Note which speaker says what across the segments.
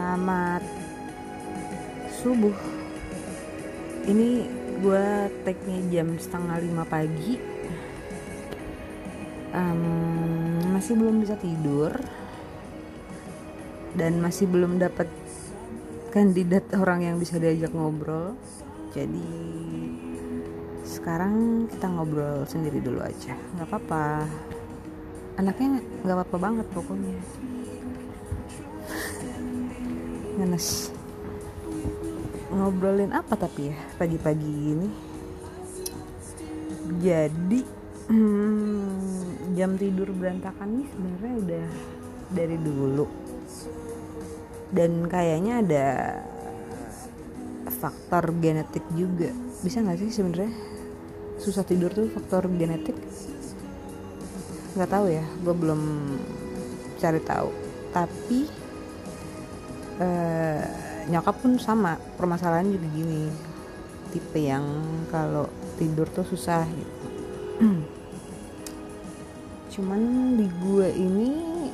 Speaker 1: Selamat subuh. Ini gue take-nya jam 4:30 pagi. Masih belum bisa tidur dan masih belum dapat kandidat orang yang bisa diajak ngobrol. Jadi sekarang kita ngobrol sendiri dulu aja. Nggak apa-apa. Anaknya nggak apa-apa banget pokoknya. Ngenes. Ngobrolin apa tapi ya pagi-pagi ini? Jadi jam tidur berantakan nih sebenarnya udah dari dulu. Dan kayaknya ada faktor genetik juga. Bisa nggak sih sebenarnya susah tidur tuh faktor genetik? Nggak tahu ya, gue belum cari tahu. Tapi nyokap pun sama, permasalahan juga gini, tipe yang kalau tidur tuh susah gitu. Cuman di gue ini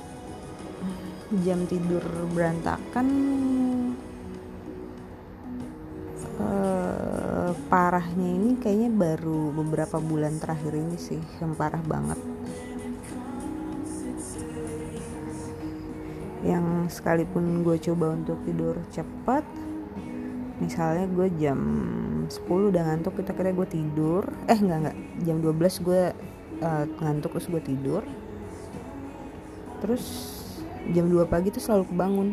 Speaker 1: jam tidur berantakan, parahnya ini kayaknya baru beberapa bulan terakhir ini sih yang parah banget. Yang sekalipun gue coba untuk tidur cepat, misalnya gue jam 10 udah ngantuk, kita kira gue tidur, enggak, jam 12 gue ngantuk terus gue tidur, terus jam 2 pagi tuh selalu kebangun.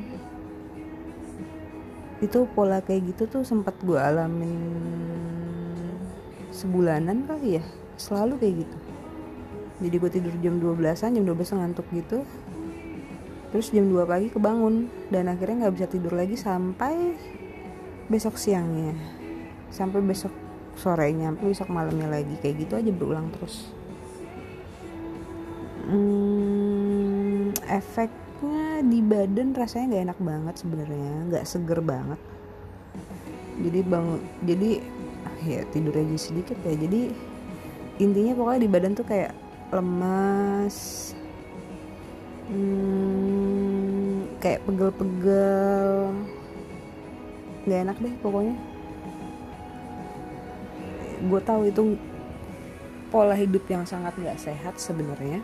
Speaker 1: Itu pola kayak gitu tuh sempat gue alamin sebulanan kali ya, selalu kayak gitu. Jadi gue tidur jam 12an, jam 12 ngantuk gitu, terus jam 2 pagi kebangun, dan akhirnya gak bisa tidur lagi sampai besok siangnya, sampai besok sorenya, sampai besok malamnya lagi. Kayak gitu aja berulang terus. Efeknya di badan rasanya gak enak banget sebenarnya, gak seger banget. Jadi ya tidur aja sedikit ya. Jadi intinya pokoknya di badan tuh kayak lemas, kayak pegel-pegel, nggak enak deh pokoknya. Gue tahu itu pola hidup yang sangat nggak sehat sebenarnya,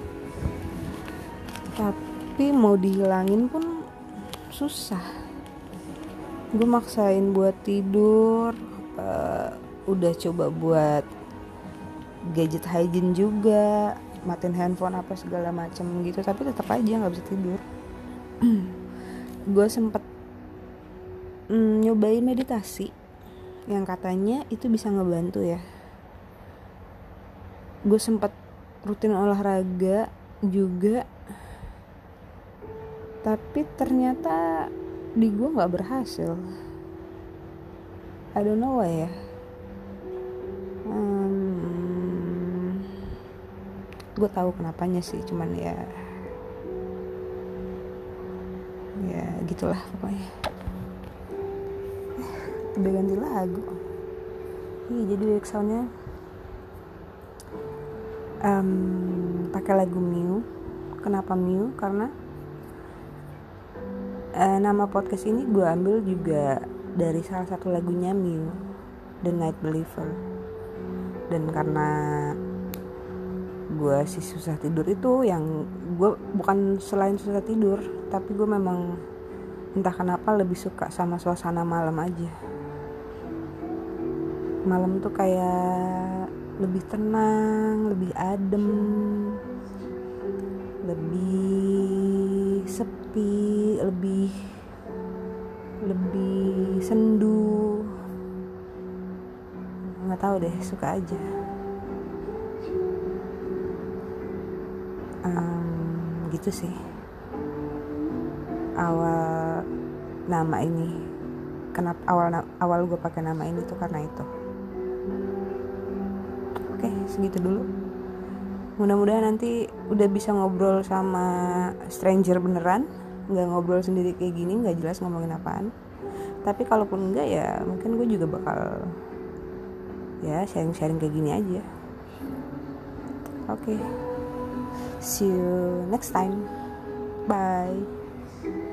Speaker 1: tapi mau dihilangin pun susah. Gue maksain buat tidur, udah coba buat gadget hygiene juga, matiin handphone apa segala macam gitu, tapi tetap aja nggak bisa tidur. Gue sempet nyobain meditasi yang katanya itu bisa ngebantu ya. Gue sempet rutin olahraga juga, tapi ternyata di gue nggak berhasil. I don't know why ya. Gue tahu kenapanya sih, cuman ya gitulah pokoknya. Udah ganti lagu. Jadi backsoundnya pakai lagu Mew. Kenapa Mew? Karena nama podcast ini gue ambil juga dari salah satu lagunya Mew, The Night Believer. Dan karena gue sih susah tidur itu, yang gue bukan selain susah tidur, tapi gue memang entah kenapa lebih suka sama suasana malam aja. Malam tuh kayak lebih tenang, lebih adem, lebih sepi, lebih sendu. Nggak tahu deh, suka aja. Gitu sih awal nama ini. Kenapa awal gue pakai nama ini tuh karena itu. Oke, segitu dulu. Mudah-mudahan nanti udah bisa ngobrol sama stranger beneran, nggak ngobrol sendiri kayak gini, nggak jelas ngomongin apaan. Tapi kalaupun enggak ya mungkin gue juga bakal ya sharing-sharing kayak gini aja. Oke. See you next time. Bye.